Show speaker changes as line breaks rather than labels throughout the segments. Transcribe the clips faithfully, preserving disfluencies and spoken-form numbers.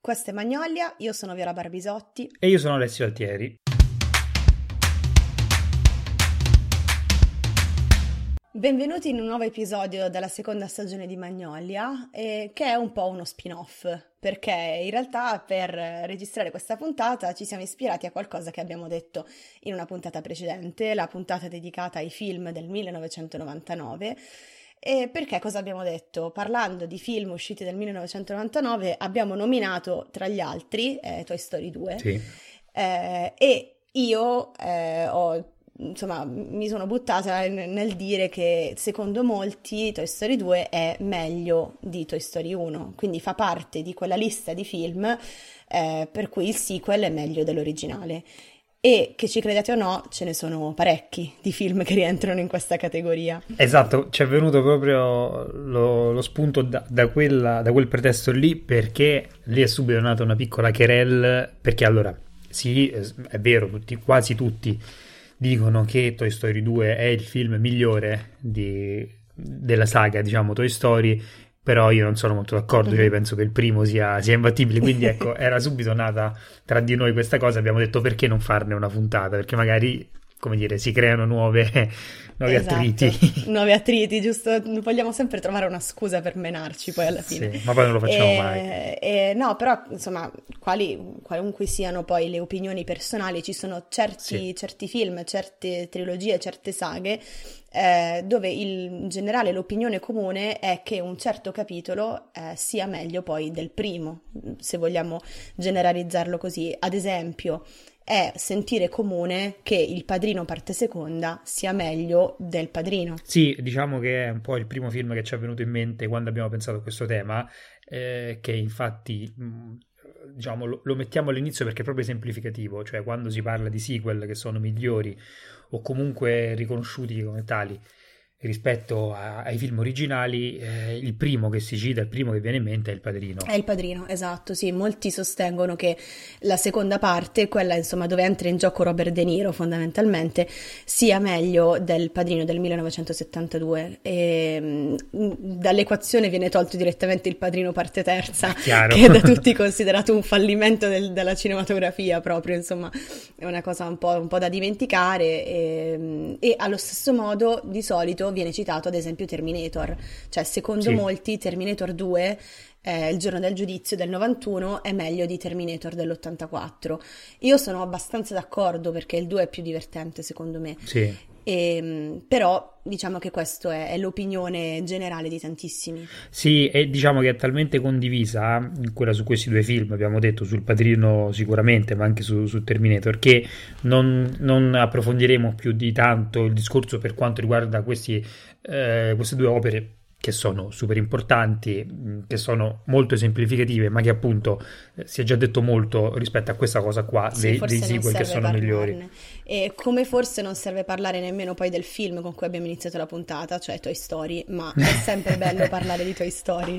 Questo è Magnolia, io sono Viola Barbisotti.
E io sono Alessio Altieri.
Benvenuti in un nuovo episodio della seconda stagione di Magnolia, eh, che è un po' uno spin-off, perché in realtà per registrare questa puntata ci siamo ispirati a qualcosa che abbiamo detto in una puntata precedente, la puntata dedicata ai film del millenovecentonovantanove. E perché cosa abbiamo detto? Parlando di film usciti nel millenovecentonovantanove abbiamo nominato tra gli altri eh, Toy Story due,
sì.
eh, e io eh, ho insomma mi sono buttata nel dire che secondo molti Toy Story due è meglio di Toy Story uno, quindi fa parte di quella lista di film eh, per cui il sequel è meglio dell'originale. E che ci crediate o no, ce ne sono parecchi di film che rientrano in questa categoria.
Esatto, ci è venuto proprio lo, lo spunto da, da, quella, da quel pretesto lì, perché lì è subito nata una piccola querelle, perché allora, sì, è vero, tutti, quasi tutti dicono che Toy Story due è il film migliore di, della saga, diciamo, Toy Story, però io non sono molto d'accordo, mm-hmm. Cioè penso che il primo sia, sia imbattibile, quindi ecco, era subito nata tra di noi questa cosa, abbiamo detto perché non farne una puntata, perché magari, come dire, si creano nuove, nuovi esatto. attriti.
Nuovi attriti, giusto? Vogliamo sempre trovare una scusa per menarci poi alla fine.
Sì, ma poi non lo facciamo
e,
mai.
E, no, però, insomma, quali, qualunque siano poi le opinioni personali, ci sono certi, sì. certi film, certe trilogie, certe saghe, Eh, dove il, in generale l'opinione comune è che un certo capitolo eh, sia meglio poi del primo, se vogliamo generalizzarlo così. Ad esempio, è sentire comune che Il Padrino parte seconda sia meglio del Padrino.
Sì, diciamo che è un po' il primo film che ci è venuto in mente quando abbiamo pensato a questo tema, eh, che infatti mh, diciamo lo, lo mettiamo all'inizio perché è proprio esemplificativo, cioè quando si parla di sequel che sono migliori o comunque riconosciuti come tali rispetto a, ai film originali, eh, il primo che si cita, il primo che viene in mente è Il Padrino.
È Il Padrino, esatto, sì, molti sostengono che la seconda parte, quella insomma dove entra in gioco Robert De Niro fondamentalmente, sia meglio del Padrino del millenovecentosettantadue, e mh, dall'equazione viene tolto direttamente Il Padrino parte terza, che è da tutti considerato un fallimento del, della cinematografia proprio, insomma è una cosa un po', un po' da dimenticare, e, e allo stesso modo di solito viene citato ad esempio Terminator, cioè secondo sì. molti Terminator due, eh, Il giorno del giudizio del novantuno, è meglio di Terminator dell'ottantaquattro. Io sono abbastanza d'accordo perché il due è più divertente secondo me,
sì.
e, però diciamo che questa è, è l'opinione generale di tantissimi.
Sì, e diciamo che è talmente condivisa quella su questi due film, abbiamo detto sul Padrino sicuramente, ma anche su, su Terminator, che non, non approfondiremo più di tanto il discorso per quanto riguarda questi, eh, queste due opere che sono super importanti, che sono molto esemplificative, ma che appunto eh, si è già detto molto rispetto a questa cosa qua, sì, dei, dei sequel che sono parlarne. migliori.
E come forse non serve parlare nemmeno poi del film con cui abbiamo iniziato la puntata, cioè Toy Story, ma è sempre bello parlare di Toy Story.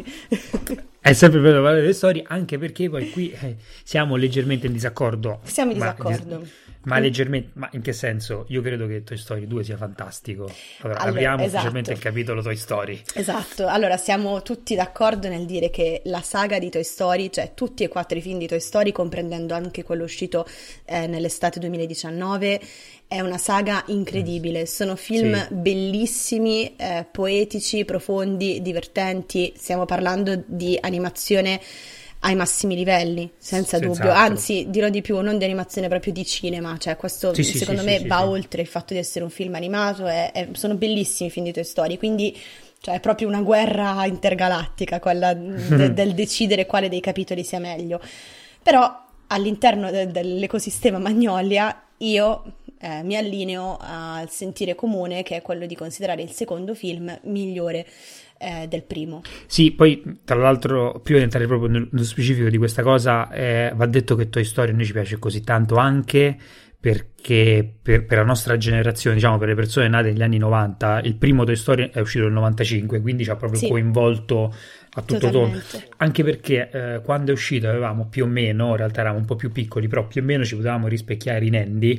È sempre bello parlare di Toy Story, anche perché poi qui eh, siamo leggermente in disaccordo.
Siamo in
ma,
disaccordo.
Dis- ma leggermente, ma in che senso? Io credo che Toy Story due sia fantastico. Allora,
allora
apriamo
esatto.
ufficialmente il capitolo Toy Story.
Esatto, allora siamo tutti d'accordo nel dire che la saga di Toy Story, cioè tutti e quattro i film di Toy Story, comprendendo anche quello uscito eh, nell'estate duemiladiciannove, è una saga incredibile. Sono film sì. bellissimi, eh, poetici, profondi, divertenti. Stiamo parlando di animazione ai massimi livelli, senza
Senz'altro.
dubbio, anzi dirò di più, non di animazione, proprio di cinema, cioè questo
sì,
secondo
sì,
me
sì,
va
sì,
oltre il fatto di essere un film animato, è, è, sono bellissimi i film di Toy Story, quindi cioè, è proprio una guerra intergalattica quella de, del decidere quale dei capitoli sia meglio, però all'interno de, dell'ecosistema Magnolia io eh, mi allineo al sentire comune, che è quello di considerare il secondo film migliore Eh, del primo.
Sì, poi tra l'altro, prima di entrare proprio nello specifico di questa cosa, eh, va detto che Toy Story a noi ci piace così tanto anche perché per, per la nostra generazione, diciamo per le persone nate negli anni novanta, il primo Toy Story è uscito nel novantacinque, quindi ci ha proprio sì. coinvolto a tutto tondo, anche perché eh, quando è uscito avevamo più o meno, in realtà eravamo un po' più piccoli, però più o meno ci potevamo rispecchiare in Andy,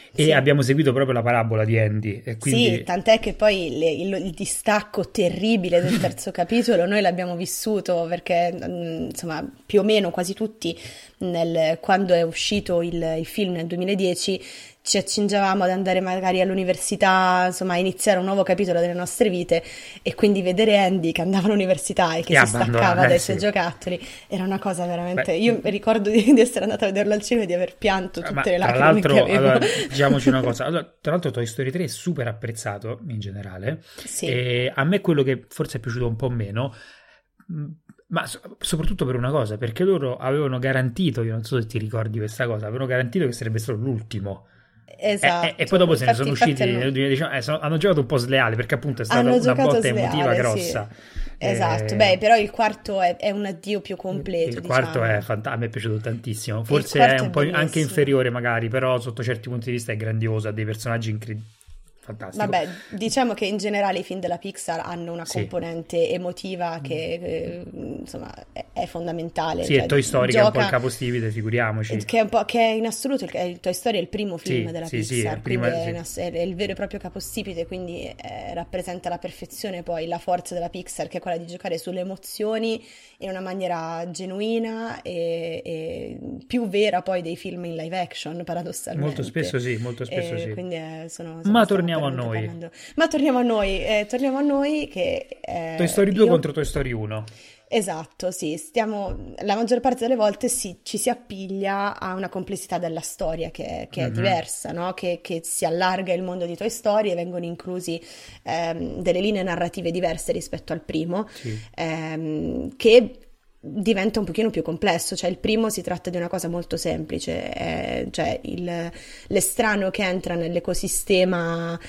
E
Sì.
abbiamo seguito proprio la parabola di Andy, e
Sì,
quindi
tant'è che poi le- il, il distacco terribile del terzo capitolo noi l'abbiamo vissuto perché, mm, insomma, più o meno quasi tutti, nel- quando è uscito il, il film nel duemiladieci, ci accingevamo ad andare magari all'università, insomma, a iniziare un nuovo capitolo delle nostre vite e quindi vedere Andy che andava all'università e che
e
si
abbandona,
staccava
eh
dai
sì.
suoi giocattoli era una cosa veramente...
Beh,
Io ricordo di, di essere andata a vederlo al cinema e di aver pianto
ma
tutte le
tra
lacrime che
l'altro,
avevo.
allora, diciamoci una cosa, allora, tra l'altro Toy Story tre è super apprezzato in generale,
Sì,
e a me quello che forse è piaciuto un po' meno, mh, ma so- soprattutto per una cosa, perché loro avevano garantito, io non so se ti ricordi questa cosa, avevano garantito che sarebbe stato l'ultimo. E, e- e poi
esatto.
dopo se ne
Infatti,
sono
infatti
usciti
hanno...
nel duemiladiciannove, eh, sono- hanno giocato un po' sleale perché appunto è stata
Hanno
una
giocato
botta emotiva
sleale, sì.
grossa.
Esatto.
Eh,
Beh, però il quarto è, è un addio più completo,
il quarto è
diciamo.
fantastico, a me è piaciuto tantissimo,
Il
forse è
quarto è
un po' anche
bellissimo.
inferiore magari, però sotto certi punti di vista è grandioso, ha dei personaggi incredibili, fantastico.
Vabbè, diciamo che in generale i film della Pixar hanno una
Sì.
componente emotiva che, eh, insomma, è, è fondamentale.
Sì, è
Cioè,
Toy Story che è un po' il
gioca...
capostipite, figuriamoci.
Che è, un po', che è in assoluto il, il Toy Story è il primo film
Sì,
della
sì, sì, è
Pixar,
il primo,
quindi è,
sì.
in ass- è il vero e proprio capostipite, quindi eh, rappresenta alla perfezione poi la forza della Pixar, che è quella di giocare sulle emozioni in una maniera genuina e, e più vera poi dei film in live action, paradossalmente.
Molto spesso sì, molto spesso
E
sì.
quindi eh, sono,
Ma
insomma, stiamo
torniamo a
veramente
noi.
parlando. Ma torniamo a noi, eh, torniamo a noi che
Toy
eh,
Story due
io...
contro Toy Story uno.
Esatto, sì, stiamo, la maggior parte delle volte si- ci si appiglia a una complessità della storia che, che è
Mhm.
diversa, no? Che, che si allarga il mondo di Toy Story e vengono inclusi ehm, delle linee narrative diverse rispetto al primo,
Sì.
ehm, che diventa un pochino più complesso, cioè il primo si tratta di una cosa molto semplice, eh, cioè il- l'estraneo che entra nell'ecosistema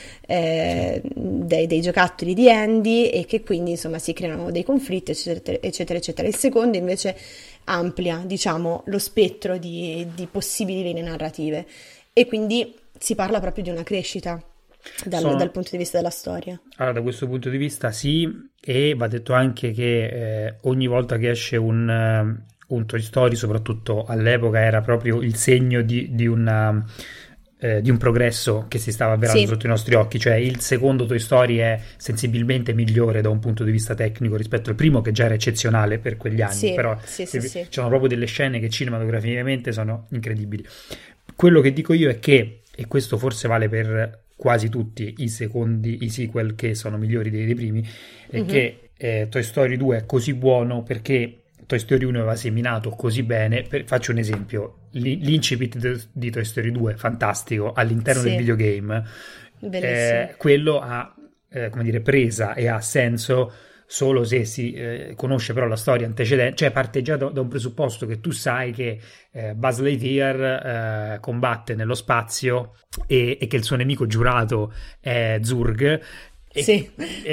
eh, dei, dei giocattoli di Andy e che quindi insomma si creano dei conflitti eccetera eccetera eccetera. Il secondo invece amplia, diciamo, lo spettro di, di possibili linee narrative e quindi si parla proprio di una crescita dal,
Sono-
dal punto di vista della storia.
Allora, da questo punto di vista sì, e va detto anche che eh, ogni volta che esce un, eh, un Toy Story, soprattutto all'epoca, era proprio il segno di, di una, eh, di un progresso che si stava avverando
Sì.
sotto i nostri occhi. Cioè il secondo Toy Story è sensibilmente migliore da un punto di vista tecnico rispetto al primo, che già era eccezionale per quegli anni,
Sì,
però
sì, sì,
ci
sì.
sono proprio delle scene che cinematograficamente sono incredibili. Quello che dico io è che, e questo forse vale per quasi tutti i secondi, i sequel che sono migliori dei, dei primi, è
Mhm.
che eh, Toy Story due è così buono perché Toy Story uno aveva seminato così bene. Per- faccio un esempio, L- l'incipit de- di Toy Story due, fantastico, all'interno
Sì.
del videogame,
Bellissimo.
eh, quello ha, eh, come dire, presa e ha senso solo se si eh, conosce però la storia antecedente, cioè parte già da, da un presupposto che tu sai che eh, Buzz Lightyear eh, combatte nello spazio e, e che il suo nemico giurato è Zurg e,
Sì.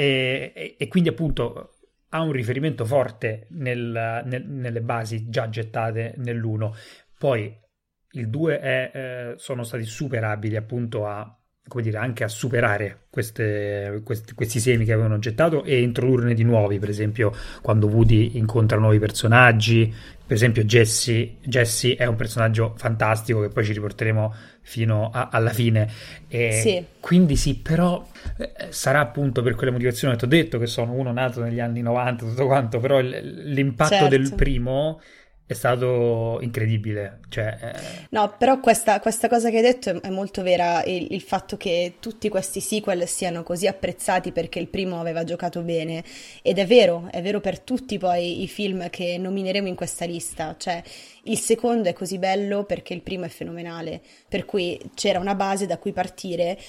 e- e- e quindi appunto ha un riferimento forte nel- nel- nelle basi già gettate nell'uno. Poi il due è, eh, sono stati super abili appunto a, come dire, anche a superare queste- questi, questi semi che avevano gettato e introdurne di nuovi, per esempio quando Woody incontra nuovi personaggi, per esempio Jessie, Jessie è un personaggio fantastico che poi ci riporteremo fino a- alla fine. E
Sì.
quindi sì, però eh, sarà appunto per quelle motivazioni che ti ho detto, che sono uno nato negli anni novanta, tutto quanto, però il- l'impatto
Certo.
del primo è stato incredibile, cioè eh,
No, però questa, questa cosa che hai detto è, è molto vera, il, il fatto che tutti questi sequel siano così apprezzati perché il primo aveva giocato bene, ed è vero, è vero per tutti poi i film che nomineremo in questa lista, cioè il secondo è così bello perché il primo è fenomenale, per cui c'era una base da cui partire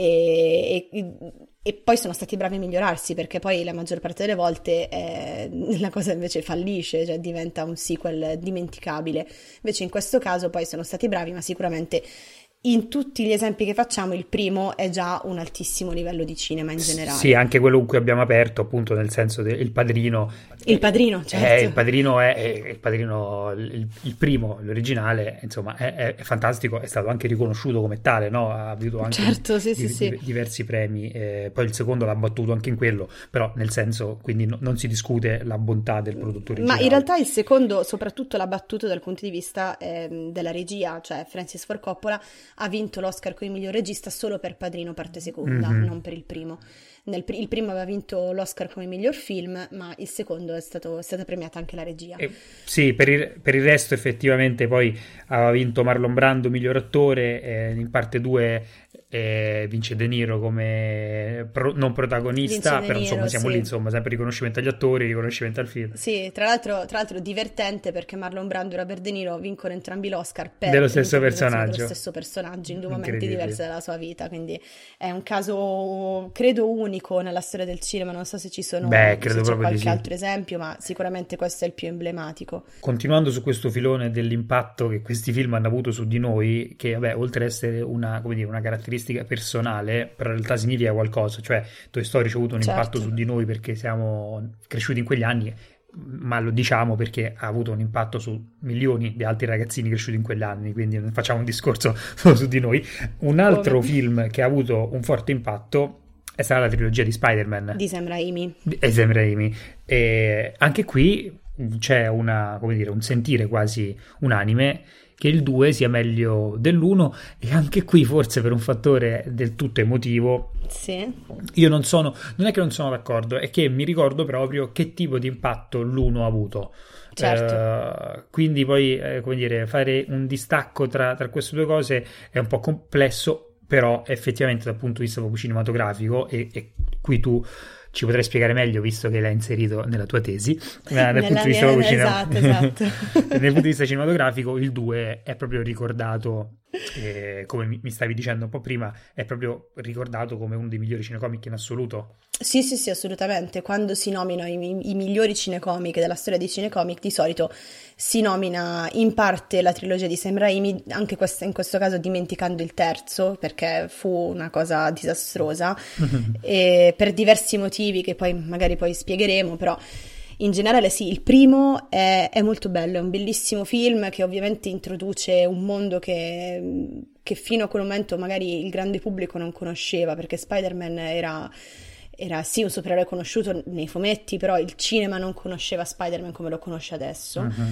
e, e- e poi sono stati bravi a migliorarsi perché poi la maggior parte delle volte eh, la cosa invece fallisce, cioè diventa un sequel dimenticabile. Invece in questo caso poi sono stati bravi, ma sicuramente in tutti gli esempi che facciamo il primo è già un altissimo livello di cinema in generale.
sì, anche quello con cui abbiamo aperto, appunto, nel senso del Padrino.
Il Padrino,
Eh,
certo.
il Padrino è, è- il Padrino, il, il primo, l'originale, insomma, è, è- è fantastico, è stato anche riconosciuto come tale, no? Ha avuto anche
Certo, sì, sì,
di-
sì.
di- diversi premi, eh, poi il secondo l'ha battuto anche in quello, però nel senso, quindi no- non si discute la bontà del prodotto
Ma
originale.
in realtà il secondo soprattutto l'ha battuto dal punto di vista ehm, della regia, cioè Francis Ford Coppola ha vinto l'Oscar come miglior regista solo per Padrino parte seconda,
Mhm.
non per il primo. Nel pri- il primo aveva vinto l'Oscar come miglior film, ma il secondo è stato, è stata premiata anche la regia.
E- sì, per il, per il resto effettivamente poi aveva vinto Marlon Brando miglior attore, eh, in parte due eh, vince De Niro come pro- non protagonista,
Vince De
però insomma
Niro,
siamo
sì.
lì, insomma, sempre riconoscimento agli attori, riconoscimento al film.
Sì, tra l'altro, tra l'altro divertente perché Marlon Brando e Robert De Niro vincono entrambi l'Oscar per
Dello stesso
l'interpretazione
personaggio.
dello stesso personaggio in due momenti
Incredibile.
diversi della sua vita, quindi è un caso credo unico nella storia del cinema, non so se ci sono,
Beh,
se
credo
c'è
proprio di
qualche
sì.
altro esempio, ma sicuramente questo è il più emblematico.
Continuando su questo filone dell'impatto che questi film hanno avuto su di noi, che vabbè, oltre ad essere una, come dire, una caratteristica personale, però in realtà significa qualcosa, cioè Toy Story ha avuto un
Certo.
impatto su di noi perché siamo cresciuti in quegli anni, ma lo diciamo perché ha avuto un impatto su milioni di altri ragazzini cresciuti in quegli anni, quindi non facciamo un discorso solo su di noi. Un altro
Come?
film che ha avuto un forte impatto è stata la trilogia di Spider-Man
Di Sam Raimi.
e Sam Raimi. E anche qui c'è una, come dire, un sentire quasi unanime che il due sia meglio dell'uno, e anche qui forse per un fattore del tutto emotivo
Sì,
io non sono, non è che non sono d'accordo, è che mi ricordo proprio che tipo di impatto l'uno ha avuto.
certo.
Eh, quindi poi, eh, come dire, fare un distacco tra, tra queste due cose è un po' complesso, però effettivamente dal punto di vista proprio cinematografico, e, e qui tu ci potrai spiegare meglio visto che l'hai inserito nella tua tesi, ma dal
Nella
punto di vista
mia-
proprio cine-
esatto, esatto.
dal punto di vista cinematografico il due è proprio ricordato, eh, come mi, mi stavi dicendo un po' prima, è proprio ricordato come uno dei migliori cinecomic in assoluto.
Sì, sì, sì, assolutamente. Quando si nominano i, i migliori cinecomic della storia dei cinecomic, di solito si nomina in parte la trilogia di Sam Raimi, anche questa- in questo caso dimenticando il terzo, perché fu una cosa disastrosa, e per diversi motivi che poi magari poi spiegheremo, però in generale sì, il primo è, è molto bello, è un bellissimo film che ovviamente introduce un mondo che, che fino a quel momento magari il grande pubblico non conosceva, perché Spider-Man era... Era sì un supereroe conosciuto nei fumetti, però il cinema non conosceva Spider-Man come lo conosce adesso.
Mhm.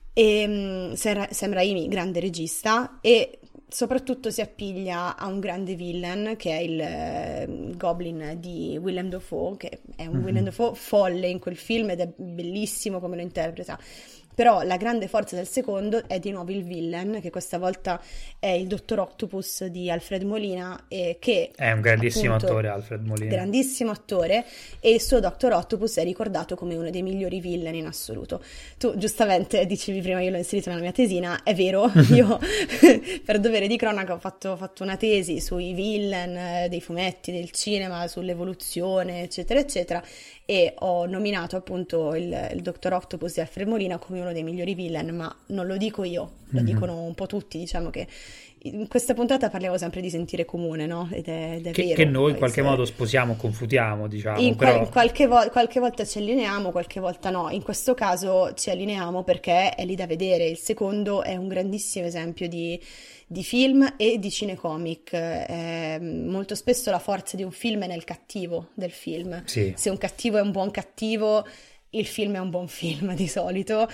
E um, Sam Sam Raimi, grande regista, e soprattutto si appiglia a un grande villain che è il eh, Goblin di Willem Dafoe, che è un
Mhm.
Willem Dafoe folle in quel film ed è bellissimo come lo interpreta. Però la grande forza del secondo è di nuovo il villain, che questa volta è il Dottor Octopus di Alfred Molina, e che
È un grandissimo
appunto,
attore Alfred Molina.
grandissimo attore, e il suo Doctor Octopus è ricordato come uno dei migliori villain in assoluto. Tu giustamente dicevi prima, io l'ho inserito nella mia tesina, è vero, io per dovere di cronaca ho fatto, ho fatto una tesi sui villain eh, dei fumetti, del cinema, sull'evoluzione, eccetera, eccetera, e ho nominato appunto il, il Doctor Octopus di Alfred Molina come uno dei migliori villain, ma non lo dico io, lo
Mhm.
dicono un po' tutti, diciamo che in questa puntata parliamo sempre di sentire comune, no? Ed è, ed è
Che,
vero.
che noi in
Poi
qualche
se-
modo sposiamo, confutiamo, diciamo,
in, qual-
però
in qualche, vo- qualche volta ci allineiamo, qualche volta no. In questo caso ci allineiamo perché è lì da vedere. Il secondo è un grandissimo esempio di, di film e di cinecomic. Eh, molto spesso la forza di un film è nel cattivo del film.
sì.
Se un cattivo è un buon cattivo, il film è un buon film di solito,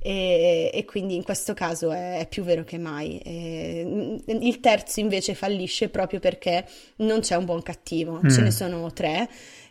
e, e quindi in questo caso è, è più vero che mai. E, il terzo invece fallisce proprio perché non c'è un buon cattivo, ce
Mm.
ne sono tre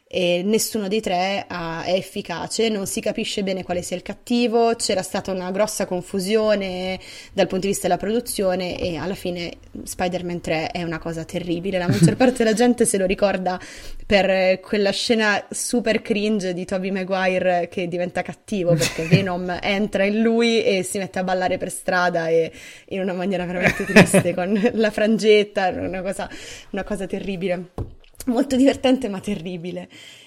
e nessuno dei tre ha- è efficace, non si capisce bene quale sia il cattivo, c'era stata una grossa confusione dal punto di vista della produzione e alla fine Spider-Man tre è una cosa terribile, la maggior parte della gente se lo ricorda per eh, quella scena super cringe di Tobey Maguire che diventa cattivo perché Venom entra in lui e si mette a ballare per strada e in una maniera veramente triste con la frangetta, una cosa, una cosa terribile. Molto divertente ma terribile.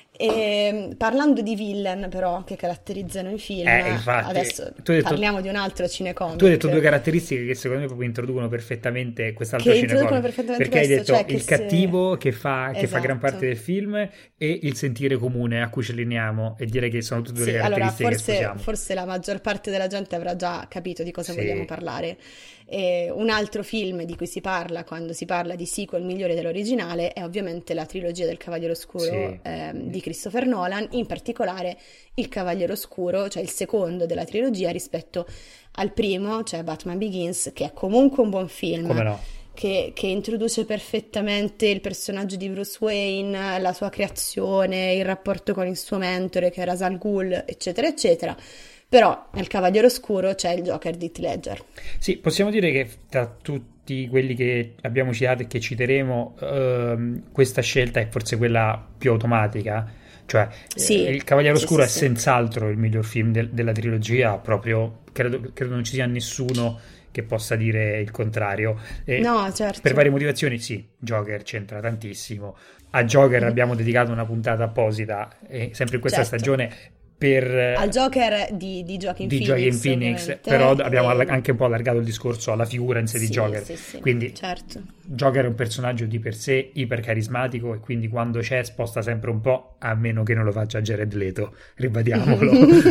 E, parlando di villain però che caratterizzano i film,
Eh, infatti,
adesso
tu hai detto-
parliamo di un altro cinecomic.
Tu hai detto due caratteristiche che secondo me proprio introducono perfettamente quest'altro
Che introducono
cinecomic,
perfettamente
perché hai
questo,
detto
cioè che
il
se-
cattivo che fa, che fa gran
Esatto.
parte del film e il sentire comune a cui ci allineiamo, e direi che sono tutte e due
Sì,
le
allora
caratteristiche che
forse,
sposiamo.
forse la maggior parte della gente avrà già capito di cosa
Sì.
vogliamo parlare. E un altro film di cui si parla quando si parla di sequel migliore dell'originale è ovviamente la trilogia del Cavaliere Oscuro
Sì.
ehm, di Christopher Nolan, in particolare il Cavaliere Oscuro, cioè il secondo della trilogia rispetto al primo, cioè Batman Begins, che è comunque un buon film.
Come no?
che, che introduce perfettamente il personaggio di Bruce Wayne, la sua creazione, il rapporto con il suo mentore che è Ra's al Ghul, eccetera, eccetera. Però nel Cavaliere Oscuro c'è il Joker di Heath Ledger.
Sì, possiamo dire che tra tutti quelli che abbiamo citato e che citeremo, ehm, questa scelta è forse quella più automatica. Cioè,
sì,
eh, il Cavaliere Oscuro
sì,
è
sì,
senz'altro il miglior film del, della trilogia, proprio credo, credo non ci sia nessuno che possa dire il contrario. E
no, certo.
Per varie motivazioni, sì, Joker c'entra tantissimo. A Joker
mm-hmm.
abbiamo dedicato una puntata apposita, e sempre in questa
certo.
stagione, per
al Joker di, di Joaquin
di
Phoenix,
Joaquin Phoenix, però abbiamo e... anche un po' allargato il discorso alla figura in sé
sì,
di Joker.
Sì, sì,
quindi
certo.
Joker è un personaggio di per sé ipercarismatico e quindi quando c'è sposta sempre un po', a meno che non lo faccia Jared Leto, ribadiamolo.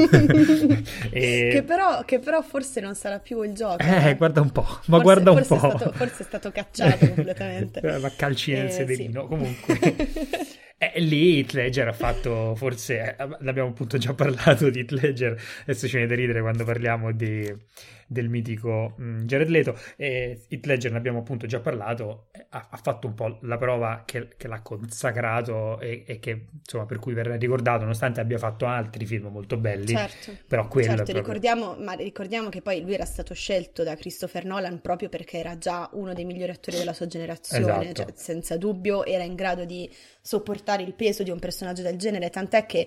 e... che, però, che però forse non sarà più il Joker.
Eh, guarda un po', ma
forse,
guarda un
forse
po'.
È stato, forse è stato cacciato completamente.
Ma calci nel
eh,
sederino,
sì.
comunque. Eh, lì Heath Ledger ha fatto forse, eh, l'abbiamo appunto già parlato di Heath Ledger, adesso ci viene da ridere quando parliamo di, del mitico mh, Jared Leto, e Heath Ledger ne abbiamo appunto già parlato, ha, ha fatto un po' la prova che, che l'ha consacrato e, e che insomma per cui verrà ricordato, nonostante abbia fatto altri film molto belli,
certo,
però quello
certo,
proprio...
ricordiamo, ma ricordiamo che poi lui era stato scelto da Christopher Nolan proprio perché era già uno dei migliori attori della sua generazione,
esatto.
Cioè, senza dubbio era in grado di sopportare il peso di un personaggio del genere, tant'è che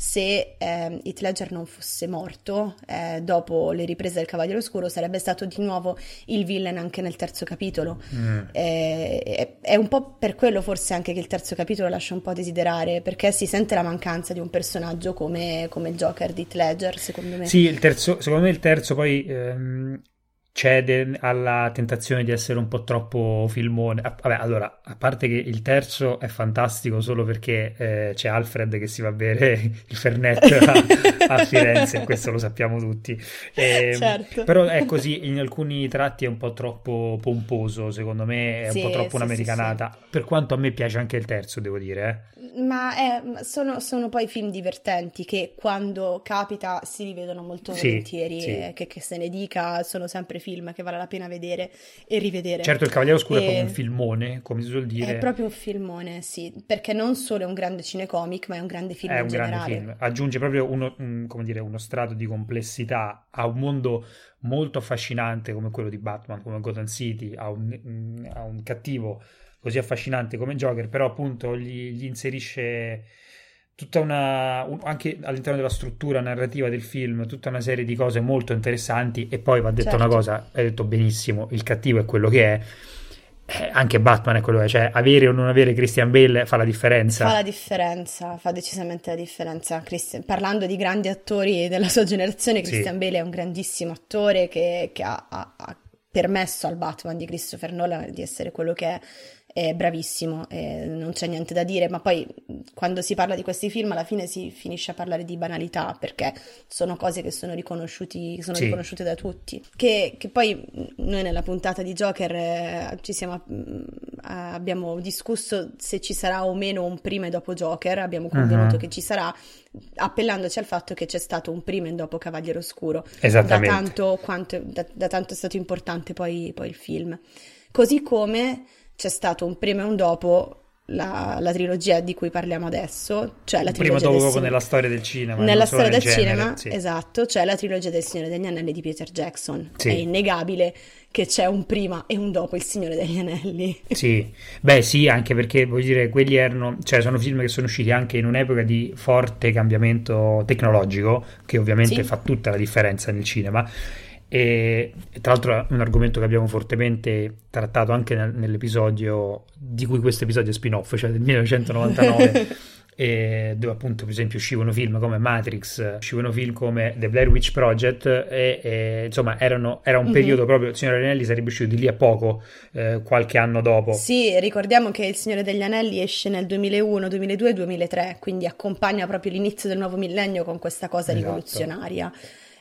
se eh, Heath Ledger non fosse morto eh, dopo le riprese del Cavaliere Oscuro sarebbe stato di nuovo il villain anche nel terzo capitolo. Mm. Eh, è, è un po' per quello forse anche che il terzo capitolo lascia un po' a desiderare, perché si sente la mancanza di un personaggio come, come il Joker di Heath Ledger, secondo me.
Sì, il terzo, secondo me il terzo poi ehm, cede alla tentazione di essere un po' troppo filmone. Ah, vabbè, allora, a parte che il terzo è fantastico solo perché eh, c'è Alfred che si va a bere il Fernet a, a Firenze, questo lo sappiamo tutti. E,
certo.
Però è così, in alcuni tratti è un po' troppo pomposo, secondo me è
sì,
un po' troppo
sì,
un'americanata,
sì, sì.
Per quanto a me piace anche il terzo, devo dire. Eh.
Ma è, sono, sono poi film divertenti che quando capita si rivedono molto
sì,
volentieri,
sì.
Eh, che, che se ne dica, sono sempre film che vale la pena vedere e rivedere.
Certo, il Cavaliere Oscuro
e...
è proprio un filmone, come si suol dire.
È proprio un filmone, sì, perché non solo è un grande cinecomic, ma è un grande film
è
in
un
generale.
grande film, aggiunge proprio uno, un, come dire, uno strato di complessità a un mondo molto affascinante come quello di Batman, come Gotham City, a un, a un cattivo così affascinante come Joker, però appunto gli, gli inserisce tutta una, un, anche all'interno della struttura narrativa del film, tutta una serie di cose molto interessanti. E poi va detto
certo.
una cosa, hai detto benissimo, il cattivo è quello che è, eh, anche Batman è quello che è, cioè avere o non avere Christian Bale fa la differenza.
Fa la differenza, fa decisamente la differenza. Christian, parlando di grandi attori della sua generazione, Christian sì. Bale è un grandissimo attore che, che ha, ha, ha permesso al Batman di Christopher Nolan di essere quello che è. È bravissimo, eh, non c'è niente da dire, ma poi quando si parla di questi film alla fine si finisce a parlare di banalità, perché sono cose che sono riconosciuti, sono sì. riconosciute da tutti. Che, che poi noi nella puntata di Joker eh, ci siamo, uh, abbiamo discusso se ci sarà o meno un prima e dopo Joker, abbiamo convenuto uh-huh. che ci sarà, appellandoci al fatto che c'è stato un prima e dopo Cavaliere Oscuro.
Esattamente.
Da tanto, quanto, da, da tanto è stato importante poi, poi il film. Così come c'è stato un prima e un dopo la, la trilogia di cui parliamo adesso, cioè la
prima e dopo proprio nella storia del cinema.
Nella storia del
genere,
cinema,
sì.
esatto, cioè la trilogia del Signore degli Anelli di Peter Jackson.
Sì.
È innegabile che c'è un prima e un dopo Il Signore degli Anelli.
Sì, beh sì, anche perché voglio dire, quelli erano, cioè sono film che sono usciti anche in un'epoca di forte cambiamento tecnologico, che ovviamente
sì.
fa tutta la differenza nel cinema. E tra l'altro è un argomento che abbiamo fortemente trattato anche nel, nell'episodio di cui questo episodio è spin-off, cioè del millenovecentonovantanove e dove appunto per esempio uscivano film come Matrix, uscivano film come The Blair Witch Project e, e insomma erano, era un mm-hmm. periodo proprio, il Signore degli Anelli sarebbe uscito di lì a poco, eh, qualche anno dopo.
Sì, ricordiamo che il Signore degli Anelli esce nel duemilauno, duemiladue, duemilatré, quindi accompagna proprio l'inizio del nuovo millennio con questa cosa esatto. rivoluzionaria.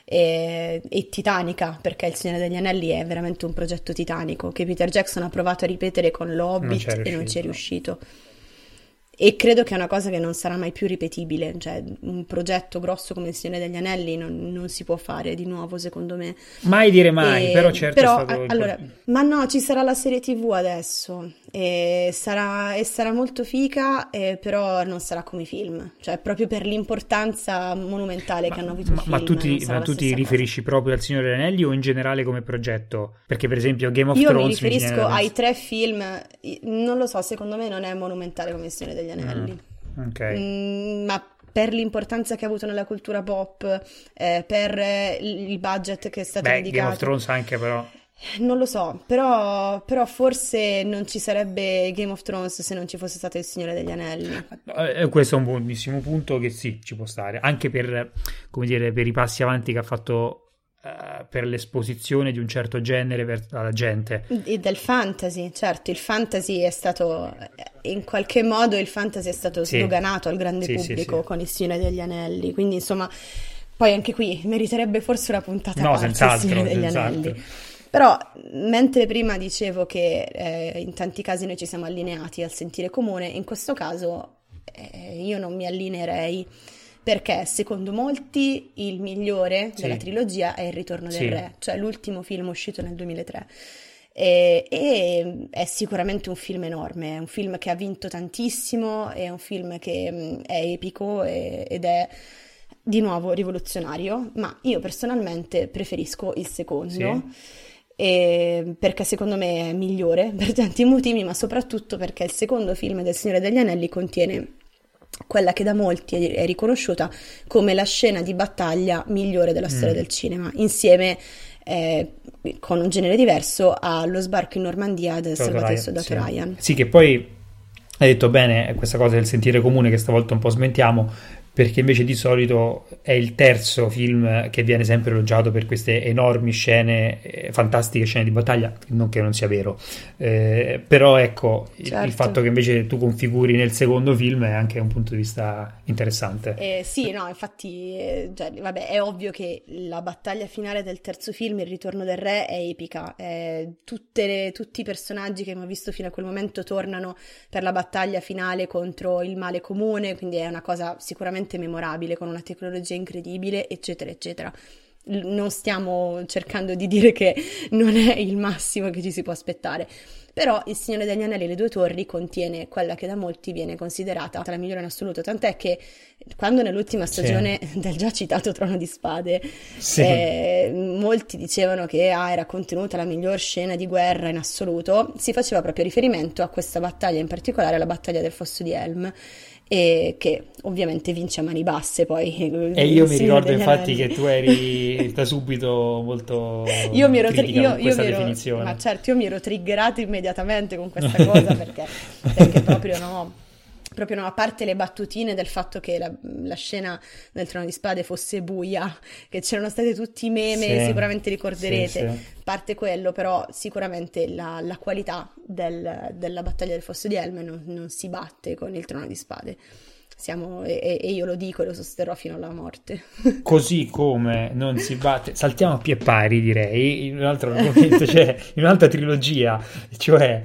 E, e titanica, perché Il Signore degli Anelli è veramente un progetto titanico che Peter Jackson ha provato a ripetere con L'Hobbit non e non ci è riuscito. E credo che è una cosa che non sarà mai più ripetibile, cioè un progetto grosso come il Signore degli Anelli non, non si può fare di nuovo, secondo me.
Mai dire mai,
E,
però certo
però,
è stato...
a, allora, ma no, ci sarà la serie tivù adesso e sarà, e sarà molto figa, eh, però non sarà come i film, cioè proprio per l'importanza monumentale
ma,
che hanno avuto i
ma,
film.
ma tu ti,
ma
tu ti riferisci cosa. proprio al Signore degli Anelli o in generale come progetto? Perché per esempio Game of
Io
Thrones...
mi riferisco mi ai tre film, non lo so, secondo me non è monumentale come il Signore degli Anelli. Mm.
Okay.
Mm, ma per l'importanza che ha avuto nella cultura pop, eh, per eh, il budget che è stato
Beh,
dedicato.
Game of Thrones anche però.
Non lo so, però, però forse non ci sarebbe Game of Thrones se non ci fosse stato il Signore degli Anelli.
Eh, questo è un buonissimo punto che sì, ci può stare. Anche per, come dire, per i passi avanti che ha fatto Uh, per l'esposizione di un certo genere per, alla gente.
E del fantasy, certo, il fantasy è stato, in qualche modo il fantasy è stato sì. sdoganato al grande sì, pubblico sì, sì. con il Signore degli Anelli, quindi insomma, poi anche qui meriterebbe forse una puntata
no,
a parte il Signore degli
senz'altro.
Anelli. Però, mentre prima dicevo che eh, in tanti casi noi ci siamo allineati al sentire comune, in questo caso eh, io non mi allineerei, perché secondo molti il migliore sì. della trilogia è Il Ritorno del sì. Re, cioè l'ultimo film uscito nel duemilatré. E, e è sicuramente un film enorme, è un film che ha vinto tantissimo, è un film che mh, è epico e, ed è di nuovo rivoluzionario, ma io personalmente preferisco il secondo. Sì. E perché secondo me è migliore per tanti motivi, ma soprattutto perché il secondo film del Signore degli Anelli contiene quella che da molti è riconosciuta come la scena di battaglia migliore della storia mm. del cinema, insieme eh, con un genere diverso allo sbarco in Normandia del Salvate il Soldato
sì.
Ryan.
Sì, che poi hai detto bene questa cosa del sentire comune che stavolta un po' smentiamo, perché invece di solito è il terzo film che viene sempre elogiato per queste enormi scene, eh, fantastiche scene di battaglia, non che non sia vero, eh, però ecco, certo. il, il fatto che invece tu configuri nel secondo film è anche un punto di vista interessante.
Eh, sì, no, infatti, eh, cioè, vabbè, è ovvio che la battaglia finale del terzo film, Il Ritorno del Re, è epica, eh, tutte le, tutti i personaggi che abbiamo visto fino a quel momento tornano per la battaglia finale contro il male comune, quindi è una cosa sicuramente memorabile, con una tecnologia incredibile, eccetera eccetera. Non stiamo cercando di dire che non è il massimo che ci si può aspettare, però Il Signore degli Anelli e le Due Torri contiene quella che da molti viene considerata la migliore in assoluto, tant'è che quando nell'ultima stagione sì. del già citato Trono di Spade sì. eh, molti dicevano che ah, era contenuta la miglior scena di guerra in assoluto, si faceva proprio riferimento a questa battaglia, in particolare la battaglia del Fosso di Helm, e che ovviamente vince a mani basse poi.
E io mi ricordo infatti Anelli. Che tu eri da subito molto
io mi ero tri- io,
con questa
io mi
definizione.
Ero, ma certo, io mi ero triggerato immediatamente con questa cosa perché, perché proprio no, proprio no, a parte le battutine del fatto che la, la scena del Trono di Spade fosse buia, che c'erano stati tutti i meme, sì, sicuramente ricorderete, sì, sì. A parte quello, però sicuramente la, la qualità del, della battaglia del Fosso di Helm non, non si batte con il Trono di Spade. Siamo, e, e io lo dico e lo sosterrò fino alla morte.
Così come non si batte, saltiamo a pie pari, direi, in un altro argomento, cioè in un'altra trilogia, cioè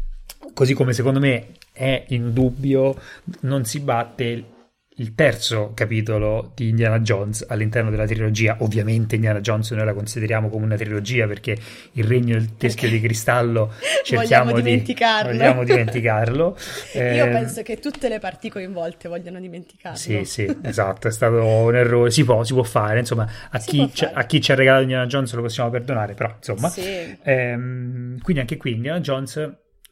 così come secondo me è indubbio, non si batte il terzo capitolo di Indiana Jones all'interno della trilogia. Ovviamente Indiana Jones noi la consideriamo come una trilogia perché il Regno del Teschio di Cristallo cerchiamo
vogliamo dimenticarlo.
di vogliamo dimenticarlo.
eh, io penso che tutte le parti coinvolte vogliano dimenticarlo.
Sì, sì, esatto, è stato un errore, si può, si può fare, insomma, a, chi, ci, a chi ci ha regalato Indiana Jones lo possiamo perdonare, però insomma, sì. ehm, quindi anche qui Indiana Jones,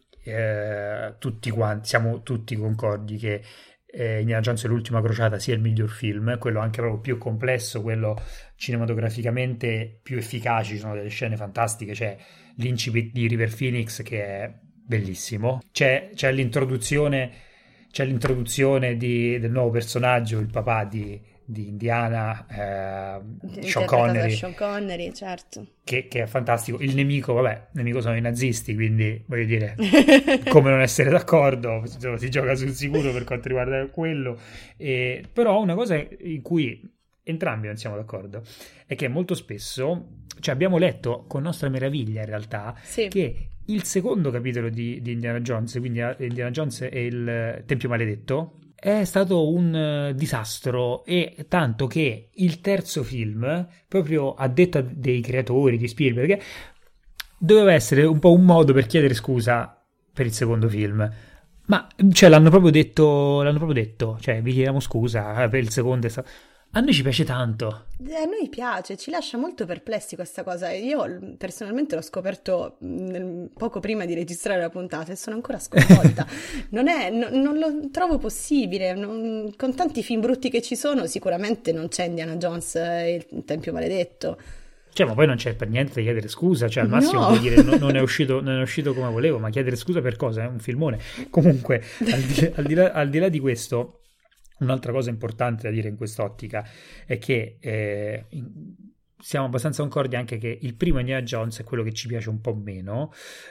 eh, tutti quanti, siamo tutti concordi che Eh, Indiana Jones e l'ultima crociata sia il miglior film, quello anche proprio più complesso, quello cinematograficamente più efficace, ci sono delle scene fantastiche, c'è l'incipit di River Phoenix che è bellissimo, c'è, c'è l'introduzione c'è l'introduzione di, del nuovo personaggio, il papà di, di Indiana, eh, Sean Connery,
Sean Connery, certo.
Che, che è fantastico. Il nemico, vabbè, il nemico sono i nazisti, quindi voglio dire, come non essere d'accordo, si gioca sul sicuro per quanto riguarda quello. E, però una cosa in cui entrambi non siamo d'accordo è che molto spesso, cioè abbiamo letto con nostra meraviglia in realtà, sì. che il secondo capitolo di, di Indiana Jones, quindi Indiana Jones e il Tempio Maledetto, è stato un uh, disastro, e tanto che il terzo film, proprio a detta dei creatori di Spielberg, doveva essere un po' un modo per chiedere scusa per il secondo film. Ma cioè l'hanno proprio detto, l'hanno proprio detto, cioè vi chiediamo scusa per il secondo. A noi ci piace tanto.
Eh, a noi piace, ci lascia molto perplessi questa cosa. Io personalmente l'ho scoperto nel, poco prima di registrare la puntata e sono ancora sconvolta. non, è, no, non lo trovo possibile. Non, con tanti film brutti che ci sono, sicuramente non c'è Indiana Jones e il Tempio Maledetto.
Cioè, ma poi non c'è per niente da chiedere scusa, cioè al massimo
no.
puoi dire no, non, è uscito, non è uscito come volevo, ma chiedere scusa per cosa? È un filmone. Comunque, al di, al di, là, al di là di questo, un'altra cosa importante da dire in quest'ottica è che eh, siamo abbastanza concordi anche che il primo Indiana Jones è quello che ci piace un po' meno,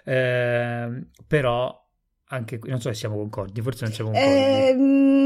eh, però anche qui non so se siamo concordi, forse non siamo concordi.
Eh,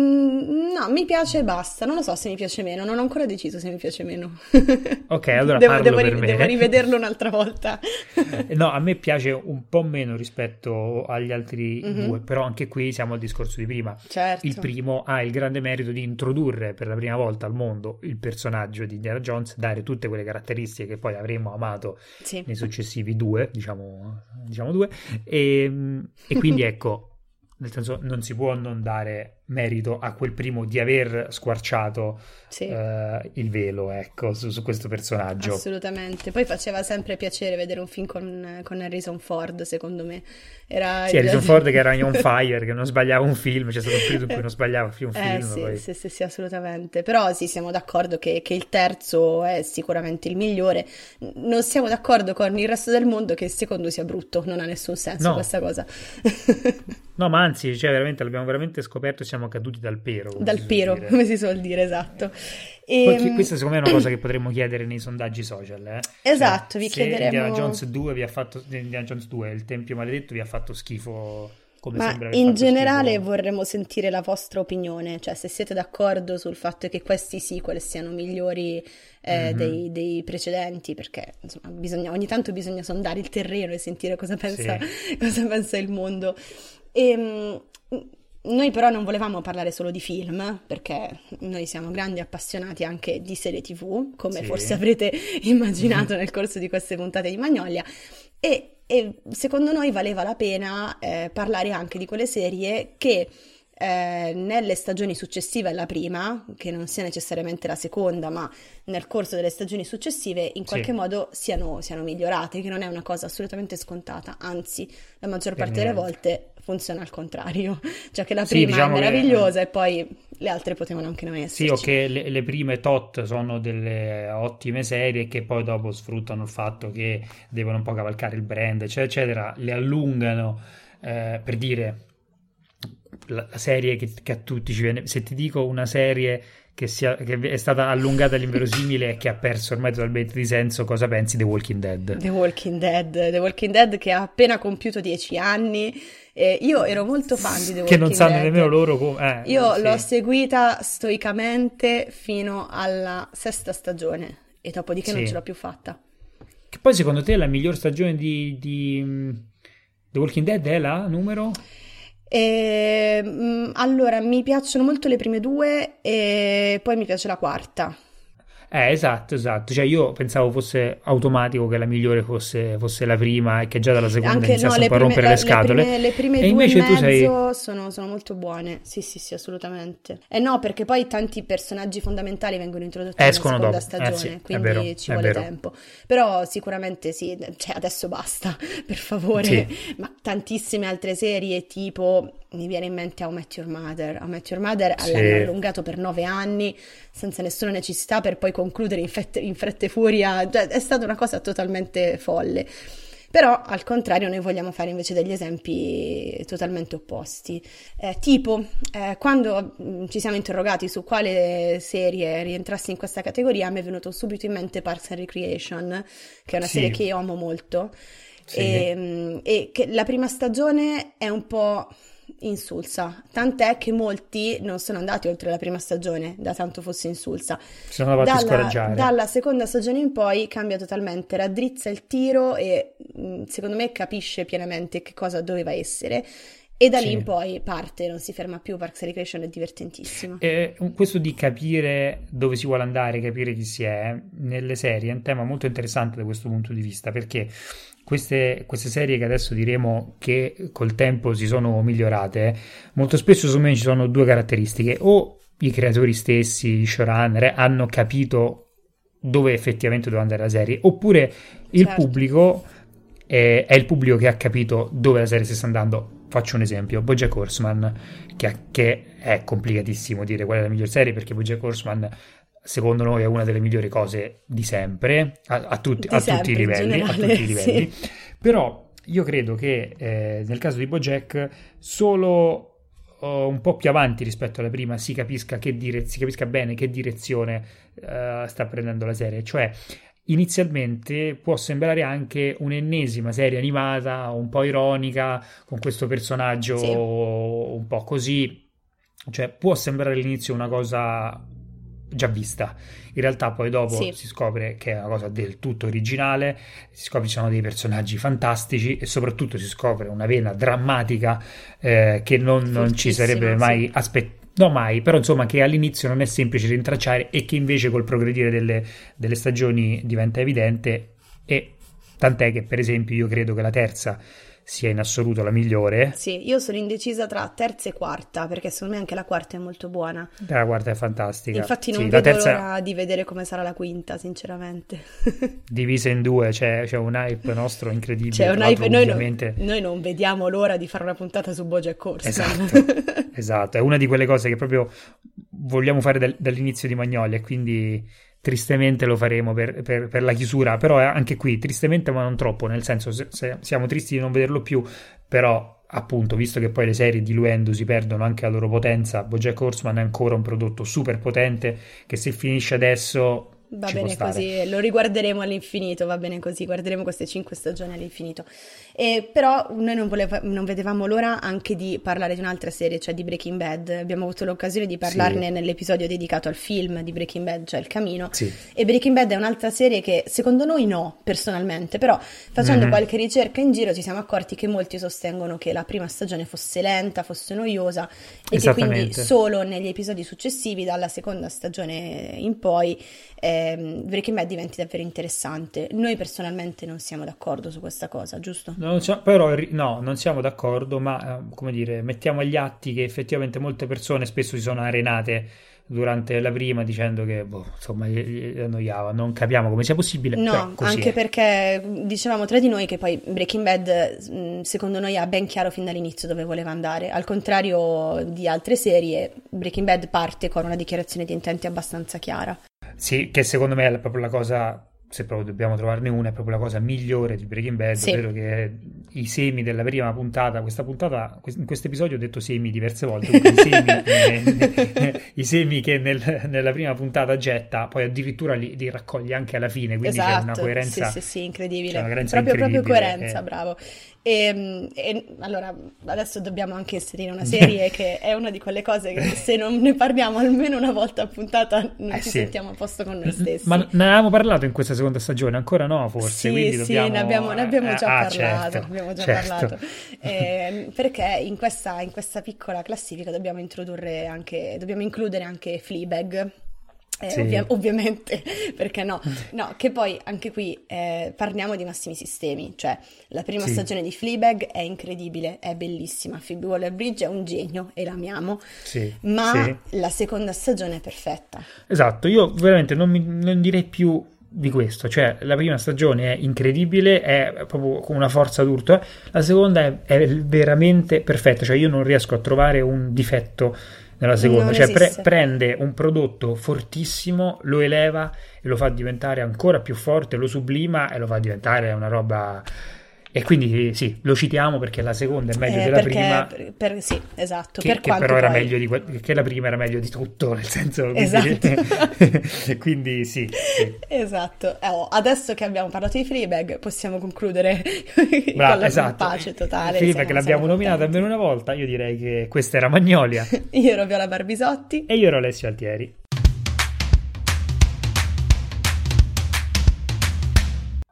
no, mi piace e basta, non lo so se mi piace meno, non ho ancora deciso se mi piace meno.
Ok, allora
devo,
parlo
devo,
per
ri-
me.
devo rivederlo un'altra volta.
No, a me piace un po' meno rispetto agli altri
Mhm.
due, però anche qui siamo al discorso di prima.
Certo.
Il primo ha il grande merito di introdurre per la prima volta al mondo il personaggio di Indiana Jones, dare tutte quelle caratteristiche che poi avremmo amato
Sì.
nei successivi due, diciamo, diciamo due, e, e quindi ecco, nel senso non si può non dare merito a quel primo di aver squarciato
Sì.
eh, il velo, ecco, su, su questo personaggio.
Assolutamente. Poi faceva sempre piacere vedere un film con, con Harrison Ford, secondo me. Era
Sì, Harrison Ford che era on fire, che non sbagliava un film, c'è stato un periodo in cui non sbagliava un film.
Eh sì,
poi...
sì, sì, sì, assolutamente. Però sì, siamo d'accordo che, che il terzo è sicuramente il migliore. Non siamo d'accordo con il resto del mondo che il secondo sia brutto, non ha nessun senso
No.
questa cosa.
No, ma anzi, cioè, veramente l'abbiamo veramente scoperto e siamo caduti dal pero. come
Dal
si suol
pero,
dire.
come si suol dire, esatto.
Poi,
E,
chi- questa secondo me è una cosa che potremmo chiedere nei sondaggi social. Eh?
Esatto,
Cioè,
vi
se
chiederemo-
Indiana Jones due vi ha fatto, Indiana Jones due, il Tempio Maledetto vi ha fatto schifo, come
Ma
sembra aver
in
fatto
generale
schifo.
vorremmo sentire la vostra opinione, cioè se siete d'accordo sul fatto che questi sequel siano migliori eh,
Mhm.
dei, dei precedenti, perché insomma bisogna, ogni tanto bisogna sondare il terreno e sentire cosa pensa, cosa pensa il mondo. E, mh, noi però non volevamo parlare solo di film, perché noi siamo grandi appassionati anche di serie tivù, come
Sì.
forse avrete immaginato nel corso di queste puntate di Magnolia, e, e secondo noi valeva la pena eh, parlare anche di quelle serie che eh, nelle stagioni successive alla prima, che non sia necessariamente la seconda, ma nel corso delle stagioni successive in qualche
Sì.
modo siano, siano migliorate, che non è una cosa assolutamente scontata, anzi la maggior
Per
parte delle
niente.
volte funziona al contrario, cioè che la
Sì,
prima
diciamo
è
che-
meravigliosa e poi le altre potevano anche non esserci.
Sì, ok, le, le prime tot sono delle ottime serie che poi dopo sfruttano il fatto che devono un po' cavalcare il brand, eccetera, eccetera, le allungano, eh, per dire la, la serie che, che a tutti ci viene. Se ti dico una serie che, sia, che è stata allungata all'inverosimile e che ha perso ormai totalmente di senso, cosa pensi? The Walking Dead.
The Walking Dead, The Walking Dead che ha appena compiuto dieci anni. E io ero molto fan di The Walking
Che non sanno
Dead.
nemmeno loro come... eh,
Io
sì.
l'ho seguita stoicamente fino alla sesta stagione e dopodiché non
Sì.
ce l'ho più fatta.
Che poi secondo te la miglior stagione di, di mm, The Walking Dead è la numero?
E, mm, allora, mi piacciono molto le prime due e poi mi piace la quarta.
Eh, esatto, esatto. Cioè io pensavo fosse automatico che la migliore fosse, fosse la prima e che già dalla seconda
Anche no,
iniziasse
le
un po' a
prime,
rompere
la-
le scatole.
prime, le prime
E
due
invece
e
tu sei...
mezzo sono, sono molto buone. Sì, sì, sì, assolutamente. E no, perché poi tanti personaggi fondamentali vengono introdotti
Escono
nella
dopo.
seconda
Eh,
stagione,
sì, è
quindi
vero,
ci
è
vuole
vero.
tempo. Però sicuramente sì, cioè adesso basta, per favore.
Sì.
Ma tantissime altre serie, tipo mi viene in mente How I Met Your Mother. How I Met Your Mother
Sì.
l'hanno allungato per nove anni senza nessuna necessità per poi concludere in, fette- in fretta e furia. Cioè, è stata una cosa totalmente folle. Però al contrario noi vogliamo fare invece degli esempi totalmente opposti. Eh, tipo, eh, quando mh, ci siamo interrogati su quale serie rientrasse in questa categoria, a me è venuto subito in mente Parks and Recreation, che è una
Sì.
serie che io amo molto.
Sì.
E, mh, e che la prima stagione è un po' insulsa, tant'è che molti non sono andati oltre la prima stagione, da tanto fosse insulsa.
Si sono fatti scoraggiare.
Dalla seconda stagione in poi cambia totalmente, raddrizza il tiro e mh, secondo me capisce pienamente che cosa doveva essere. E da lì
Sì.
in poi parte, non si ferma più. Parks and Recreation è divertentissimo.
E questo di capire dove si vuole andare, capire chi si è, nelle serie è un tema molto interessante da questo punto di vista, perché queste, queste serie che adesso diremo che col tempo si sono migliorate, molto spesso secondo me ci sono due caratteristiche: o i creatori stessi, gli showrunner, hanno capito dove effettivamente deve andare la serie, oppure il
Certo.
pubblico è, è il pubblico che ha capito dove la serie si sta andando. Faccio un esempio: BoJack Horseman, che, che è complicatissimo dire qual è la miglior serie, perché BoJack Horseman secondo noi è una delle migliori cose di sempre, a, a, tutti,
Di
a
sempre,
tutti i
in
livelli, a
generale,
tutti i livelli.
sì.
Però io credo che eh, nel caso di BoJack solo uh, un po' più avanti rispetto alla prima si capisca, che dire- si capisca bene che direzione uh, sta prendendo la serie, cioè inizialmente può sembrare anche un'ennesima serie animata un po' ironica con questo personaggio
Sì.
un po' così, cioè può sembrare all'inizio una cosa già vista, in realtà poi dopo
Sì.
si scopre che è una cosa del tutto originale, si scopre che ci sono dei personaggi fantastici e soprattutto si scopre una vena drammatica eh, che non, non ci
Fortissima,
sarebbe
sì.
mai aspettato. No, mai, però insomma che all'inizio non è semplice rintracciare e che invece col progredire delle, delle stagioni diventa evidente, e tant'è che per esempio io credo che la terza sia in assoluto la migliore.
Sì, io sono indecisa tra terza e quarta, perché secondo me anche la quarta è molto buona.
La quarta è fantastica.
Infatti non
Sì, la
vedo
terza
l'ora di vedere come sarà la quinta, sinceramente.
divisa in due, c'è, c'è un hype nostro incredibile.
Cioè, un
tra l'altro,
hype- noi, non-
ovviamente.
noi non vediamo l'ora di fare una puntata su BoJack Horseman.
Esatto, esatto, è una di quelle cose che proprio vogliamo fare dal- dall'inizio di Magnolia, e quindi tristemente lo faremo per, per- per la chiusura, però è anche qui tristemente ma non troppo, nel senso se, se siamo tristi di non vederlo più, però appunto visto che poi le serie diluendo si perdono anche la loro potenza, BoJack Horseman è ancora un prodotto super potente che se finisce adesso
Va
ci può
bene
stare.
così, lo riguarderemo all'infinito, va bene così, guarderemo queste cinque stagioni all'infinito. E però noi non, voleva- non vedevamo l'ora anche di parlare di un'altra serie, cioè di Breaking Bad. Abbiamo avuto l'occasione di parlarne
Sì.
nell'episodio dedicato al film di Breaking Bad, cioè Il Camino.
Sì.
E Breaking Bad è un'altra serie che secondo noi no, personalmente, però facendo
Mhm.
qualche ricerca in giro ci siamo accorti che molti sostengono che la prima stagione fosse lenta, fosse noiosa e che quindi
Esattamente.
solo negli episodi successivi, dalla seconda stagione in poi, ehm, Breaking Bad diventi davvero interessante. Noi personalmente non siamo d'accordo su questa cosa, giusto?
Non so- però ri- no, non siamo d'accordo, ma eh, come dire, mettiamo agli atti che effettivamente molte persone spesso si sono arenate durante la prima dicendo che boh, insomma gli, gli annoiava, non capiamo come sia possibile,
No,
però così
anche
è.
perché dicevamo tra di noi che poi Breaking Bad, mh, secondo noi, ha ben chiaro fin dall'inizio dove voleva andare. Al contrario di altre serie, Breaking Bad parte con una dichiarazione di intenti abbastanza chiara.
Sì, che secondo me è proprio la cosa, se proprio dobbiamo trovarne una, è proprio la cosa migliore di Breaking Bad,
Sì.
ovvero che i semi della prima puntata, questa puntata, in questo episodio ho detto semi diverse volte, comunque i semi, eh, i semi che nel- nella prima puntata getta, poi addirittura li, li raccoglie anche alla fine, quindi c'è una
Esatto,
coerenza,
sì, sì, sì, incredibile.
c'è una coerenza
Proprio, proprio
incredibile,
coerenza,
eh.
bravo. E, e allora, adesso dobbiamo anche inserire una serie che è una di quelle cose che se non ne parliamo almeno una volta a puntata non
Eh
ci
sì.
sentiamo a posto con noi stessi.
Ma ne avevamo parlato in questa seconda stagione? Ancora no, forse.
Sì,
quindi
sì,
dobbiamo...
ne abbiamo, ne abbiamo
eh,
già
ah,
parlato,
certo,
abbiamo già
certo.
parlato. Eh, perché in questa, in questa piccola classifica dobbiamo introdurre anche, dobbiamo includere anche Fleabag. Eh,
Sì.
ovvia- ovviamente, perché no? No, che poi anche qui eh, parliamo di massimi sistemi, cioè la prima
Sì.
stagione di Fleabag è incredibile, è bellissima, Phoebe Waller-Bridge è un genio e l'amiamo,
Sì,
ma
sì.
la seconda stagione è perfetta.
Esatto, io veramente non, mi, non direi più di questo, cioè la prima stagione è incredibile, è proprio con una forza d'urto, eh. La seconda è, è veramente perfetta, cioè io non riesco a trovare un difetto nella seconda,
Non
cioè pre-
esiste.
prende un prodotto fortissimo, lo eleva e lo fa diventare ancora più forte, lo sublima e lo fa diventare una roba E quindi sì, lo citiamo perché la seconda è meglio
Eh,
della
perché,
prima,
per, per- sì, esatto,
che,
per
che
quanto
però era
poi...
meglio di que- che la prima era meglio di tutto, nel senso, quindi,
Esatto.
quindi sì, sì.
Esatto. Eh, oh, adesso che abbiamo parlato di Fleabag, possiamo concludere
Brava,
con la
esatto.
pace totale.
Fleabag
Siamo,
l'abbiamo
siamo
nominata
contenti.
almeno una volta, io direi che questa era Magnolia
Io ero Viola Barbisotti.
e io ero Alessio Altieri.